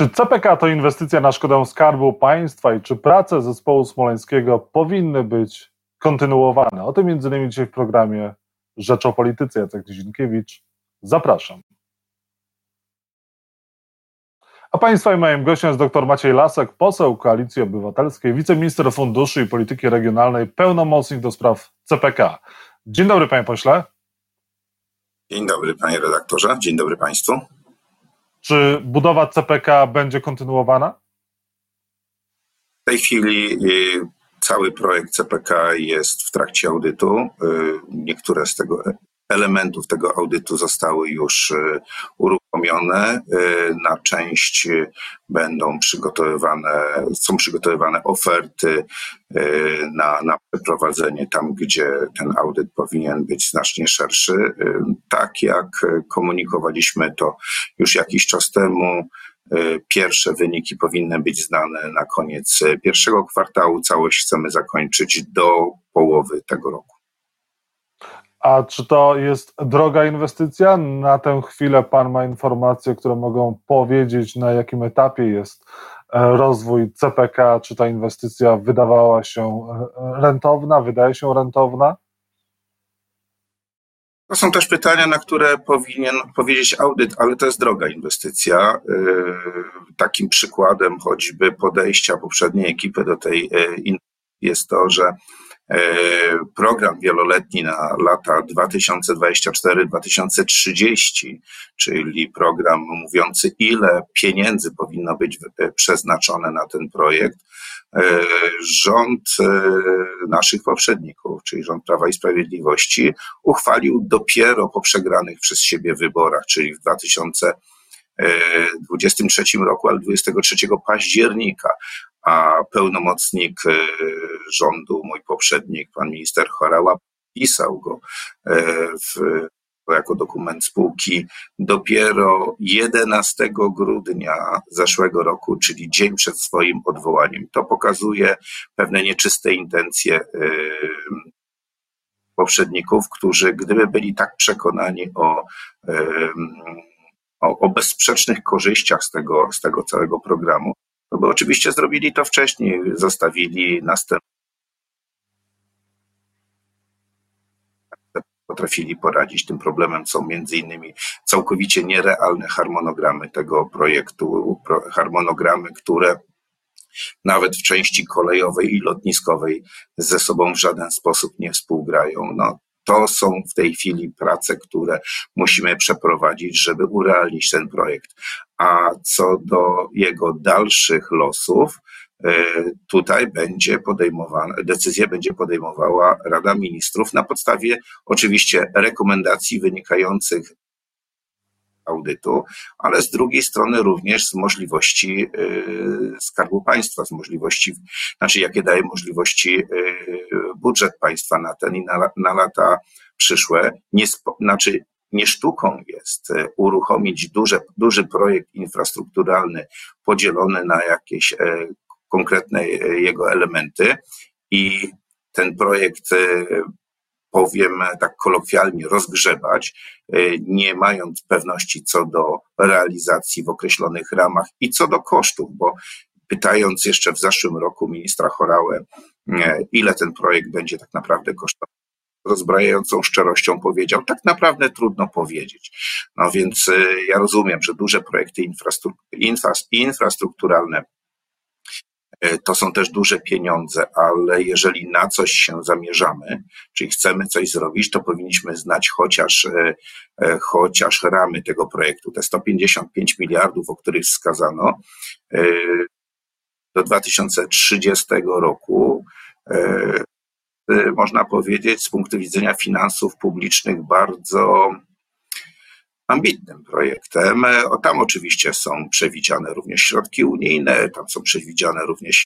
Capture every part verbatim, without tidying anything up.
Czy C P K to inwestycja na szkodę Skarbu Państwa i czy prace zespołu smoleńskiego powinny być kontynuowane? O tym między innymi dzisiaj w programie Rzecz o Polityce. Jacek Nizinkiewicz. Zapraszam. A Państwa i moim gościem jest dr Maciej Lasek, poseł Koalicji Obywatelskiej, wiceminister funduszy i polityki regionalnej, pełnomocnik do spraw C P K. Dzień dobry, panie pośle. Dzień dobry, panie redaktorze. Dzień dobry państwu. Czy budowa C P K będzie kontynuowana? W tej chwili cały projekt C P K jest w trakcie audytu. Niektóre z tego elementów tego audytu zostały już uruchomione. Na część będą przygotowywane, są przygotowywane oferty na, na przeprowadzenie tam, gdzie ten audyt powinien być znacznie szerszy. Tak jak komunikowaliśmy to już jakiś czas temu, pierwsze wyniki powinny być znane na koniec pierwszego kwartału. Całość chcemy zakończyć do połowy tego roku. A czy to jest droga inwestycja? Na tę chwilę pan ma informacje, które mogą powiedzieć, na jakim etapie jest rozwój C P K? Czy ta inwestycja wydawała się rentowna, wydaje się rentowna? To są też pytania, na które powinien powiedzieć audyt, ale to jest droga inwestycja. Takim przykładem choćby podejścia poprzedniej ekipy do tej inwestycji jest to, że program wieloletni na lata dwa tysiące dwudziesty czwarty do dwa tysiące trzydziestego, czyli program mówiący, ile pieniędzy powinno być przeznaczone na ten projekt, rząd naszych poprzedników, czyli rząd Prawa i Sprawiedliwości, uchwalił dopiero po przegranych przez siebie wyborach, czyli w dwa tysiące dwudziestym trzecim roku, ale dwudziestego trzeciego października, a pełnomocnik rządu, mój poprzednik, pan minister Horała, pisał go w, jako dokument spółki dopiero jedenastego grudnia zeszłego roku, czyli dzień przed swoim odwołaniem. To pokazuje pewne nieczyste intencje poprzedników, którzy gdyby byli tak przekonani o O, o bezsprzecznych korzyściach z tego, z tego całego programu, no bo oczywiście zrobili to wcześniej, zostawili następne, potrafili poradzić tym problemem. Są między innymi całkowicie nierealne harmonogramy tego projektu, harmonogramy, które nawet w części kolejowej i lotniskowej ze sobą w żaden sposób nie współgrają. No, to są w tej chwili prace, które musimy przeprowadzić, żeby urealnić ten projekt. A co do jego dalszych losów, tutaj będzie podejmowana, decyzję będzie podejmowała Rada Ministrów na podstawie oczywiście rekomendacji wynikających z audytu, ale z drugiej strony również z możliwości Skarbu Państwa, z możliwości, znaczy jakie daje możliwości budżet państwa na ten i na, na lata przyszłe. Nie, znaczy nie sztuką jest uruchomić duże, duży projekt infrastrukturalny podzielony na jakieś konkretne jego elementy i ten projekt, powiem tak kolokwialnie, rozgrzebać, nie mając pewności co do realizacji w określonych ramach i co do kosztów, bo pytając jeszcze w zeszłym roku ministra Horałę, ile ten projekt będzie tak naprawdę kosztował, rozbrajającą szczerością powiedział, tak naprawdę trudno powiedzieć. No więc ja rozumiem, że duże projekty infrastrukturalne to są też duże pieniądze, ale jeżeli na coś się zamierzamy, czyli chcemy coś zrobić, to powinniśmy znać chociaż, chociaż ramy tego projektu. Te sto pięćdziesiąt pięć miliardów, o których wskazano, do dwa tysiące trzydziestego roku, można powiedzieć, z punktu widzenia finansów publicznych bardzo ambitnym projektem. O, tam oczywiście są przewidziane również środki unijne, tam są przewidziane również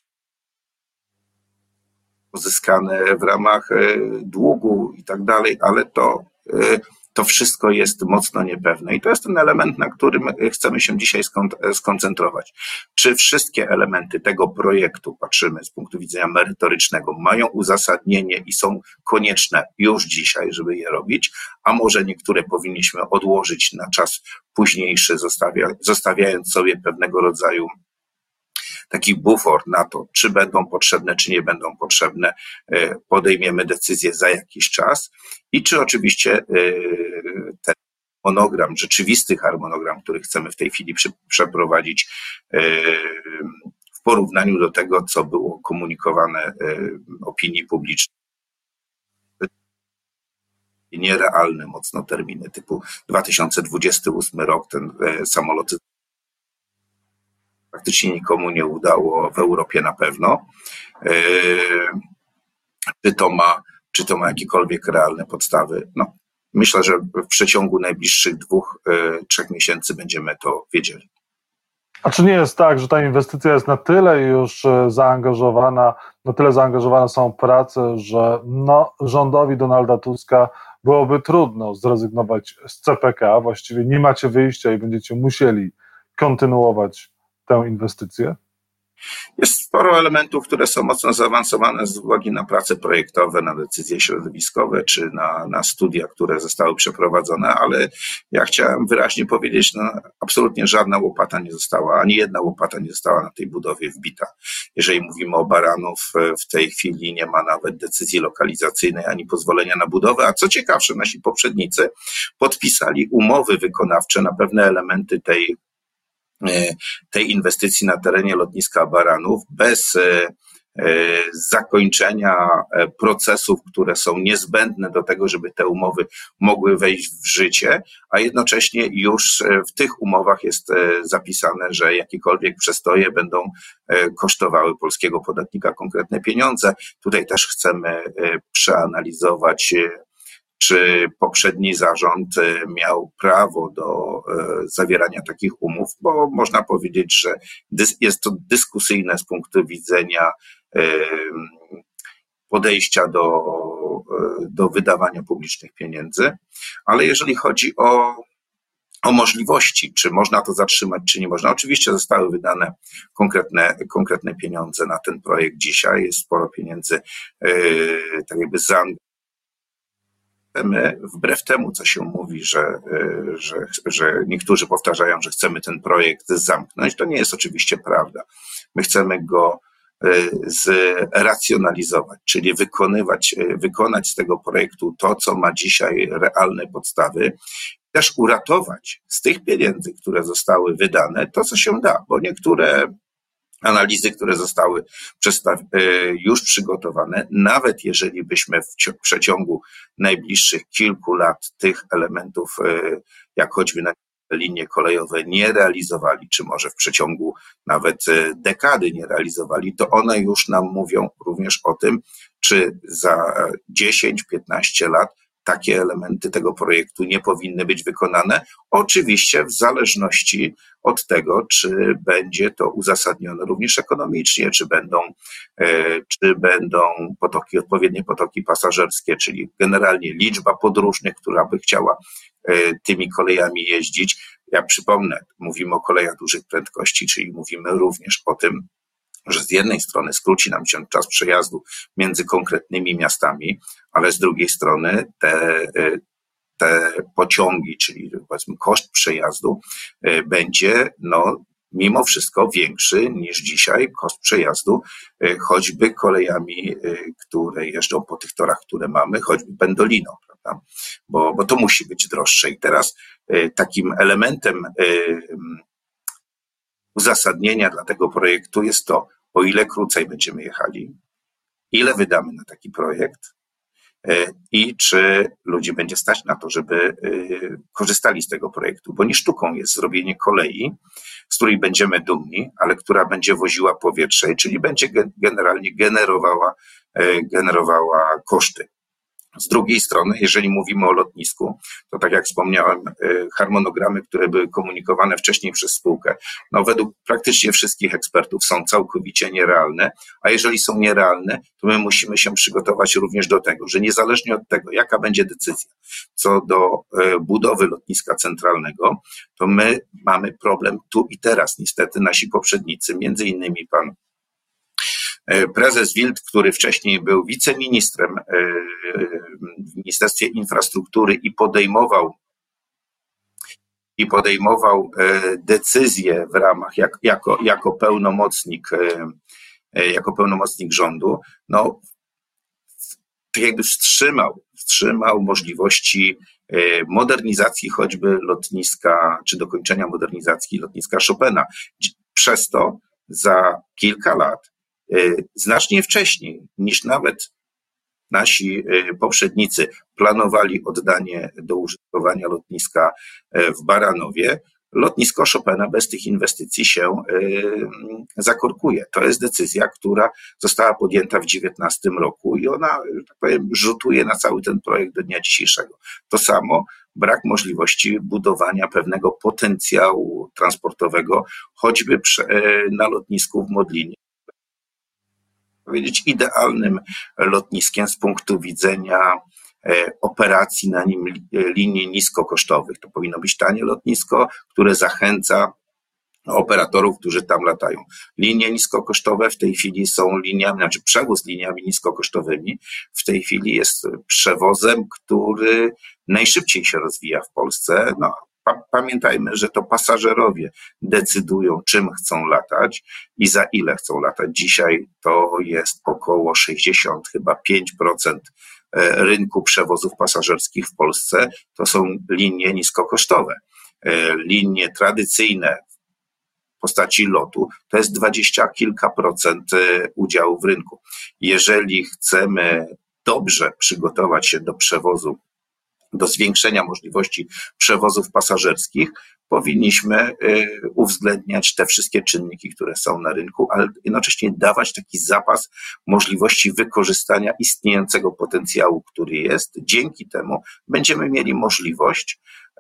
pozyskane w ramach długu i tak dalej, ale to to wszystko jest mocno niepewne i to jest ten element, na którym chcemy się dzisiaj skoncentrować. Czy wszystkie elementy tego projektu, patrzymy z punktu widzenia merytorycznego, mają uzasadnienie i są konieczne już dzisiaj, żeby je robić, a może niektóre powinniśmy odłożyć na czas późniejszy, zostawia, zostawiając sobie pewnego rodzaju taki bufor na to, czy będą potrzebne, czy nie będą potrzebne, podejmiemy decyzję za jakiś czas i czy oczywiście ten harmonogram, rzeczywisty harmonogram, który chcemy w tej chwili przeprowadzić w porównaniu do tego, co było komunikowane opinii publicznej, nierealne mocno terminy typu dwa tysiące dwudziesty ósmy rok, ten samoloty praktycznie nikomu nie udało, w Europie na pewno. Czy to ma, czy to ma jakiekolwiek realne podstawy? No, myślę, że w przeciągu najbliższych dwóch, trzech miesięcy będziemy to wiedzieli. A czy nie jest tak, że ta inwestycja jest na tyle już zaangażowana, na tyle zaangażowane są prace, że no, rządowi Donalda Tuska byłoby trudno zrezygnować z C P K, właściwie nie macie wyjścia i będziecie musieli kontynuować tę inwestycję? Jest sporo elementów, które są mocno zaawansowane z uwagi na prace projektowe, na decyzje środowiskowe czy na, na studia, które zostały przeprowadzone, ale ja chciałem wyraźnie powiedzieć, no absolutnie żadna łopata nie została, ani jedna łopata nie została na tej budowie wbita. Jeżeli mówimy o Baranów, w tej chwili nie ma nawet decyzji lokalizacyjnej, ani pozwolenia na budowę, a co ciekawsze, nasi poprzednicy podpisali umowy wykonawcze na pewne elementy tej tej inwestycji na terenie lotniska Baranów bez zakończenia procesów, które są niezbędne do tego, żeby te umowy mogły wejść w życie, a jednocześnie już w tych umowach jest zapisane, że jakiekolwiek przestoje będą kosztowały polskiego podatnika konkretne pieniądze. Tutaj też chcemy przeanalizować, czy poprzedni zarząd miał prawo do zawierania takich umów, bo można powiedzieć, że jest to dyskusyjne z punktu widzenia podejścia do, do wydawania publicznych pieniędzy, ale jeżeli chodzi o, o możliwości, czy można to zatrzymać, czy nie można, oczywiście zostały wydane konkretne, konkretne pieniądze na ten projekt dzisiaj, jest sporo pieniędzy tak jakby zaangażowanych. Chcemy, wbrew temu, co się mówi, że, że, że niektórzy powtarzają, że chcemy ten projekt zamknąć, to nie jest oczywiście prawda. My chcemy go zracjonalizować, czyli wykonywać, wykonać z tego projektu to, co ma dzisiaj realne podstawy, też uratować z tych pieniędzy, które zostały wydane, to, co się da, bo niektóre analizy, które zostały już przygotowane, nawet jeżeli byśmy w przeciągu najbliższych kilku lat tych elementów, jak choćby na linie kolejowe, nie realizowali, czy może w przeciągu nawet dekady nie realizowali, to one już nam mówią również o tym, czy za dziesięć piętnaście lat takie elementy tego projektu nie powinny być wykonane. Oczywiście w zależności od tego, czy będzie to uzasadnione również ekonomicznie, czy będą, czy będą potoki, odpowiednie potoki pasażerskie, czyli generalnie liczba podróżnych, która by chciała tymi kolejami jeździć. Ja przypomnę, mówimy o kolejach dużych prędkości, czyli mówimy również o tym, że z jednej strony skróci nam się czas przejazdu między konkretnymi miastami, ale z drugiej strony te, te pociągi, czyli powiedzmy koszt przejazdu będzie no, mimo wszystko większy niż dzisiaj koszt przejazdu choćby kolejami, które jeżdżą po tych torach, które mamy, choćby pendoliną, prawda? Bo, bo to musi być droższe. I teraz takim elementem uzasadnienia dla tego projektu jest to, o ile krócej będziemy jechali, ile wydamy na taki projekt i czy ludzi będzie stać na to, żeby korzystali z tego projektu, bo nie sztuką jest zrobienie kolei, z której będziemy dumni, ale która będzie woziła powietrze, czyli będzie generalnie generowała, generowała koszty. Z drugiej strony, jeżeli mówimy o lotnisku, to tak jak wspomniałem, harmonogramy, które były komunikowane wcześniej przez spółkę, no według praktycznie wszystkich ekspertów są całkowicie nierealne, a jeżeli są nierealne, to my musimy się przygotować również do tego, że niezależnie od tego, jaka będzie decyzja co do budowy lotniska centralnego, to my mamy problem tu i teraz. Niestety nasi poprzednicy, między innymi pan prezes Wild, który wcześniej był wiceministrem w Ministerstwie Infrastruktury i podejmował i podejmował decyzje w ramach jak, jako, jako pełnomocnik jako pełnomocnik rządu, no tak jakby wstrzymał, wstrzymał możliwości modernizacji choćby lotniska, czy dokończenia modernizacji lotniska Chopina. Przez to za kilka lat, znacznie wcześniej niż nawet nasi poprzednicy planowali oddanie do użytkowania lotniska w Baranowie, lotnisko Chopina bez tych inwestycji się zakorkuje. To jest decyzja, która została podjęta w dziewiętnastym roku i ona, tak powiem, rzutuje na cały ten projekt do dnia dzisiejszego. To samo brak możliwości budowania pewnego potencjału transportowego, choćby na lotnisku w Modlinie. Powiedzieć, idealnym lotniskiem z punktu widzenia operacji na nim linii niskokosztowych. To powinno być tanie lotnisko, które zachęca operatorów, którzy tam latają. Linie niskokosztowe w tej chwili są liniami, znaczy przewóz liniami niskokosztowymi w tej chwili jest przewozem, który najszybciej się rozwija w Polsce. No, pamiętajmy, że to pasażerowie decydują, czym chcą latać i za ile chcą latać. Dzisiaj to jest około sześćdziesiąt, chyba pięć procent rynku przewozów pasażerskich w Polsce. To są linie niskokosztowe. Linie tradycyjne w postaci lotu to jest dwadzieścia kilka procent udziału w rynku. Jeżeli chcemy dobrze przygotować się do przewozu, do zwiększenia możliwości przewozów pasażerskich, powinniśmy uwzględniać te wszystkie czynniki, które są na rynku, ale jednocześnie dawać taki zapas możliwości wykorzystania istniejącego potencjału, który jest. Dzięki temu będziemy mieli możliwość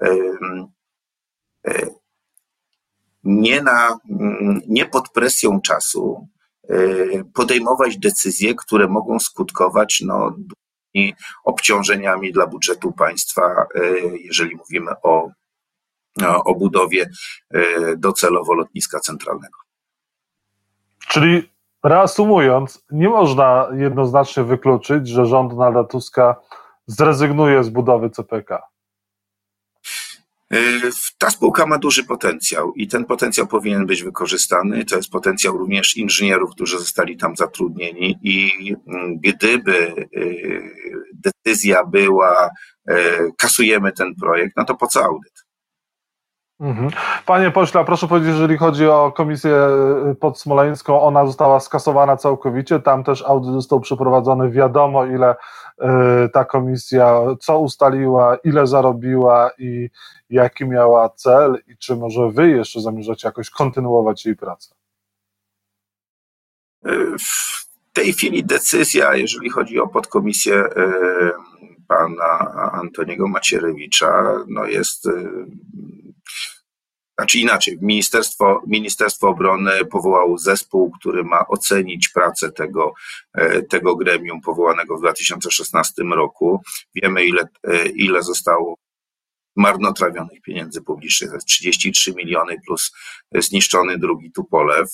nie, na, nie pod presją czasu podejmować decyzje, które mogą skutkować no, obciążeniami dla budżetu państwa, jeżeli mówimy o, o budowie docelowo lotniska centralnego. Czyli reasumując, nie można jednoznacznie wykluczyć, że rząd Donalda Tuska zrezygnuje z budowy C P K. Ta spółka ma duży potencjał i ten potencjał powinien być wykorzystany. To jest potencjał również inżynierów, którzy zostali tam zatrudnieni i gdyby decyzja była, kasujemy ten projekt, no to po co audyt? Mhm. Panie pośle, proszę powiedzieć, jeżeli chodzi o komisję podsmoleńską, ona została skasowana całkowicie, tam też audyt został przeprowadzony, wiadomo ile y, ta komisja, co ustaliła, ile zarobiła i jaki miała cel i czy może wy jeszcze zamierzacie jakoś kontynuować jej pracę? W tej chwili decyzja, jeżeli chodzi o podkomisję y, pana Antoniego Macierewicza, no jest... Y, Znaczy inaczej, Ministerstwo, Ministerstwo Obrony powołało zespół, który ma ocenić pracę tego, tego gremium powołanego w dwa tysiące szesnastym roku. Wiemy, ile, ile zostało marnotrawionych pieniędzy publicznych, to jest trzydzieści trzy miliony plus zniszczony drugi Tupolew.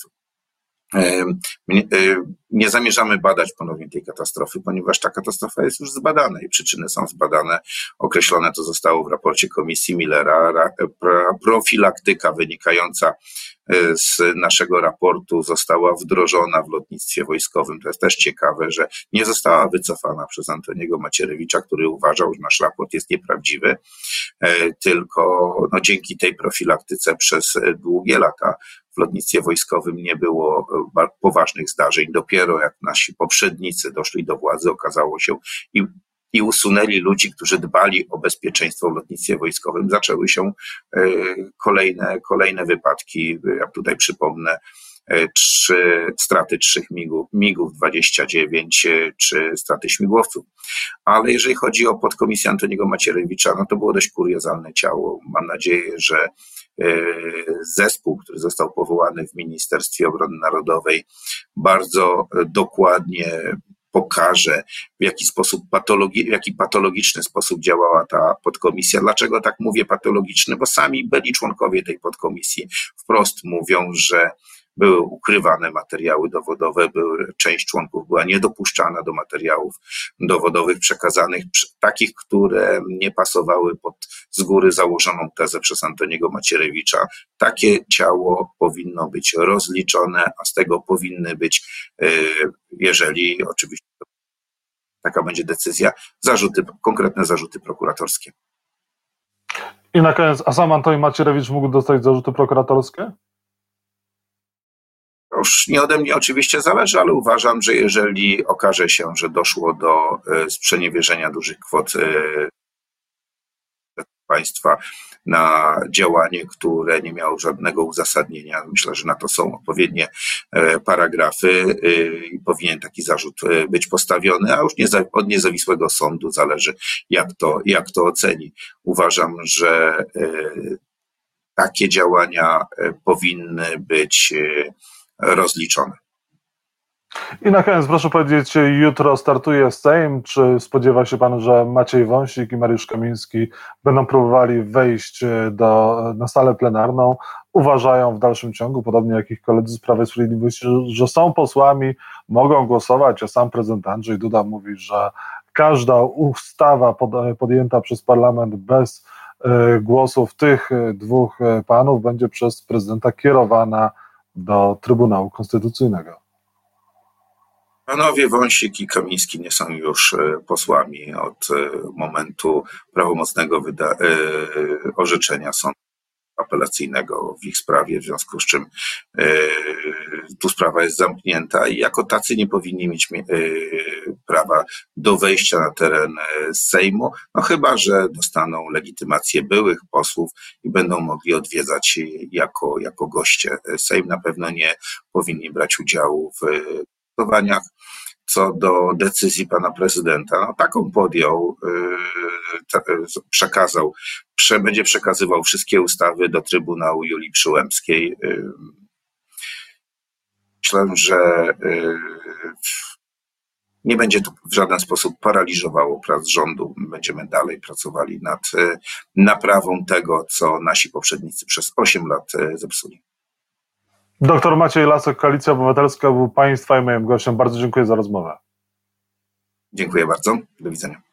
Nie zamierzamy badać ponownie tej katastrofy, ponieważ ta katastrofa jest już zbadana i przyczyny są zbadane. Określone to zostało w raporcie Komisji Millera. Profilaktyka wynikająca z naszego raportu została wdrożona w lotnictwie wojskowym. To jest też ciekawe, że nie została wycofana przez Antoniego Macierewicza, który uważał, że nasz raport jest nieprawdziwy, tylko no, dzięki tej profilaktyce przez długie lata w lotnictwie wojskowym nie było poważnych zdarzeń. Dopiero jak nasi poprzednicy doszli do władzy, okazało się i, i usunęli ludzi, którzy dbali o bezpieczeństwo w lotnictwie wojskowym, zaczęły się kolejne, kolejne wypadki. Ja tutaj przypomnę czy straty trzech migów, migów dwadzieścia dziewięć, czy straty śmigłowców. Ale jeżeli chodzi o podkomisję Antoniego Macierewicza, no to było dość kuriozalne ciało. Mam nadzieję, że zespół, który został powołany w Ministerstwie Obrony Narodowej, bardzo dokładnie pokaże, w jaki sposób patologi- w jaki patologiczny sposób działała ta podkomisja. Dlaczego tak mówię patologiczny? Bo sami byli członkowie tej podkomisji wprost mówią, że były ukrywane materiały dowodowe, były, część członków była niedopuszczana do materiałów dowodowych przekazanych, takich, które nie pasowały pod z góry założoną tezę przez Antoniego Macierewicza. Takie ciało powinno być rozliczone, a z tego powinny być, jeżeli oczywiście taka będzie decyzja, zarzuty, konkretne zarzuty prokuratorskie. I na koniec, a sam Antoni Macierewicz mógł dostać zarzuty prokuratorskie? Już nie ode mnie oczywiście zależy, ale uważam, że jeżeli okaże się, że doszło do sprzeniewierzenia dużych kwot państwa na działanie, które nie miało żadnego uzasadnienia, myślę, że na to są odpowiednie paragrafy i powinien taki zarzut być postawiony, a już od niezawisłego sądu zależy, jak to, jak to oceni. Uważam, że takie działania powinny być rozliczone. I na koniec proszę powiedzieć, jutro startuje Sejm. Czy spodziewa się pan, że Maciej Wąsik i Mariusz Kamiński będą próbowali wejść do, na salę plenarną? Uważają w dalszym ciągu, podobnie jak ich koledzy z Prawa i Sprawiedliwości, że są posłami, mogą głosować, a sam prezydent Andrzej Duda mówi, że każda ustawa podjęta przez parlament bez głosów tych dwóch panów będzie przez prezydenta kierowana do Trybunału Konstytucyjnego. Panowie Wąsik i Kamiński nie są już posłami od momentu prawomocnego wyda- orzeczenia sądu apelacyjnego w ich sprawie, w związku z czym tu sprawa jest zamknięta i jako tacy nie powinni mieć prawa do wejścia na teren Sejmu, no chyba że dostaną legitymację byłych posłów i będą mogli odwiedzać jako, jako goście. Sejm na pewno nie powinni brać udziału w głosowaniach. Co do decyzji pana prezydenta, no taką podjął, przekazał, prze, będzie przekazywał wszystkie ustawy do Trybunału Julii Przyłębskiej. Myślę, że nie będzie to w żaden sposób paraliżowało prac rządu. Będziemy dalej pracowali nad naprawą tego, co nasi poprzednicy przez osiem lat zepsuli. Doktor Maciej Lasek, Koalicja Obywatelska, był państwa i moim gościem. Bardzo dziękuję za rozmowę. Dziękuję bardzo. Do widzenia.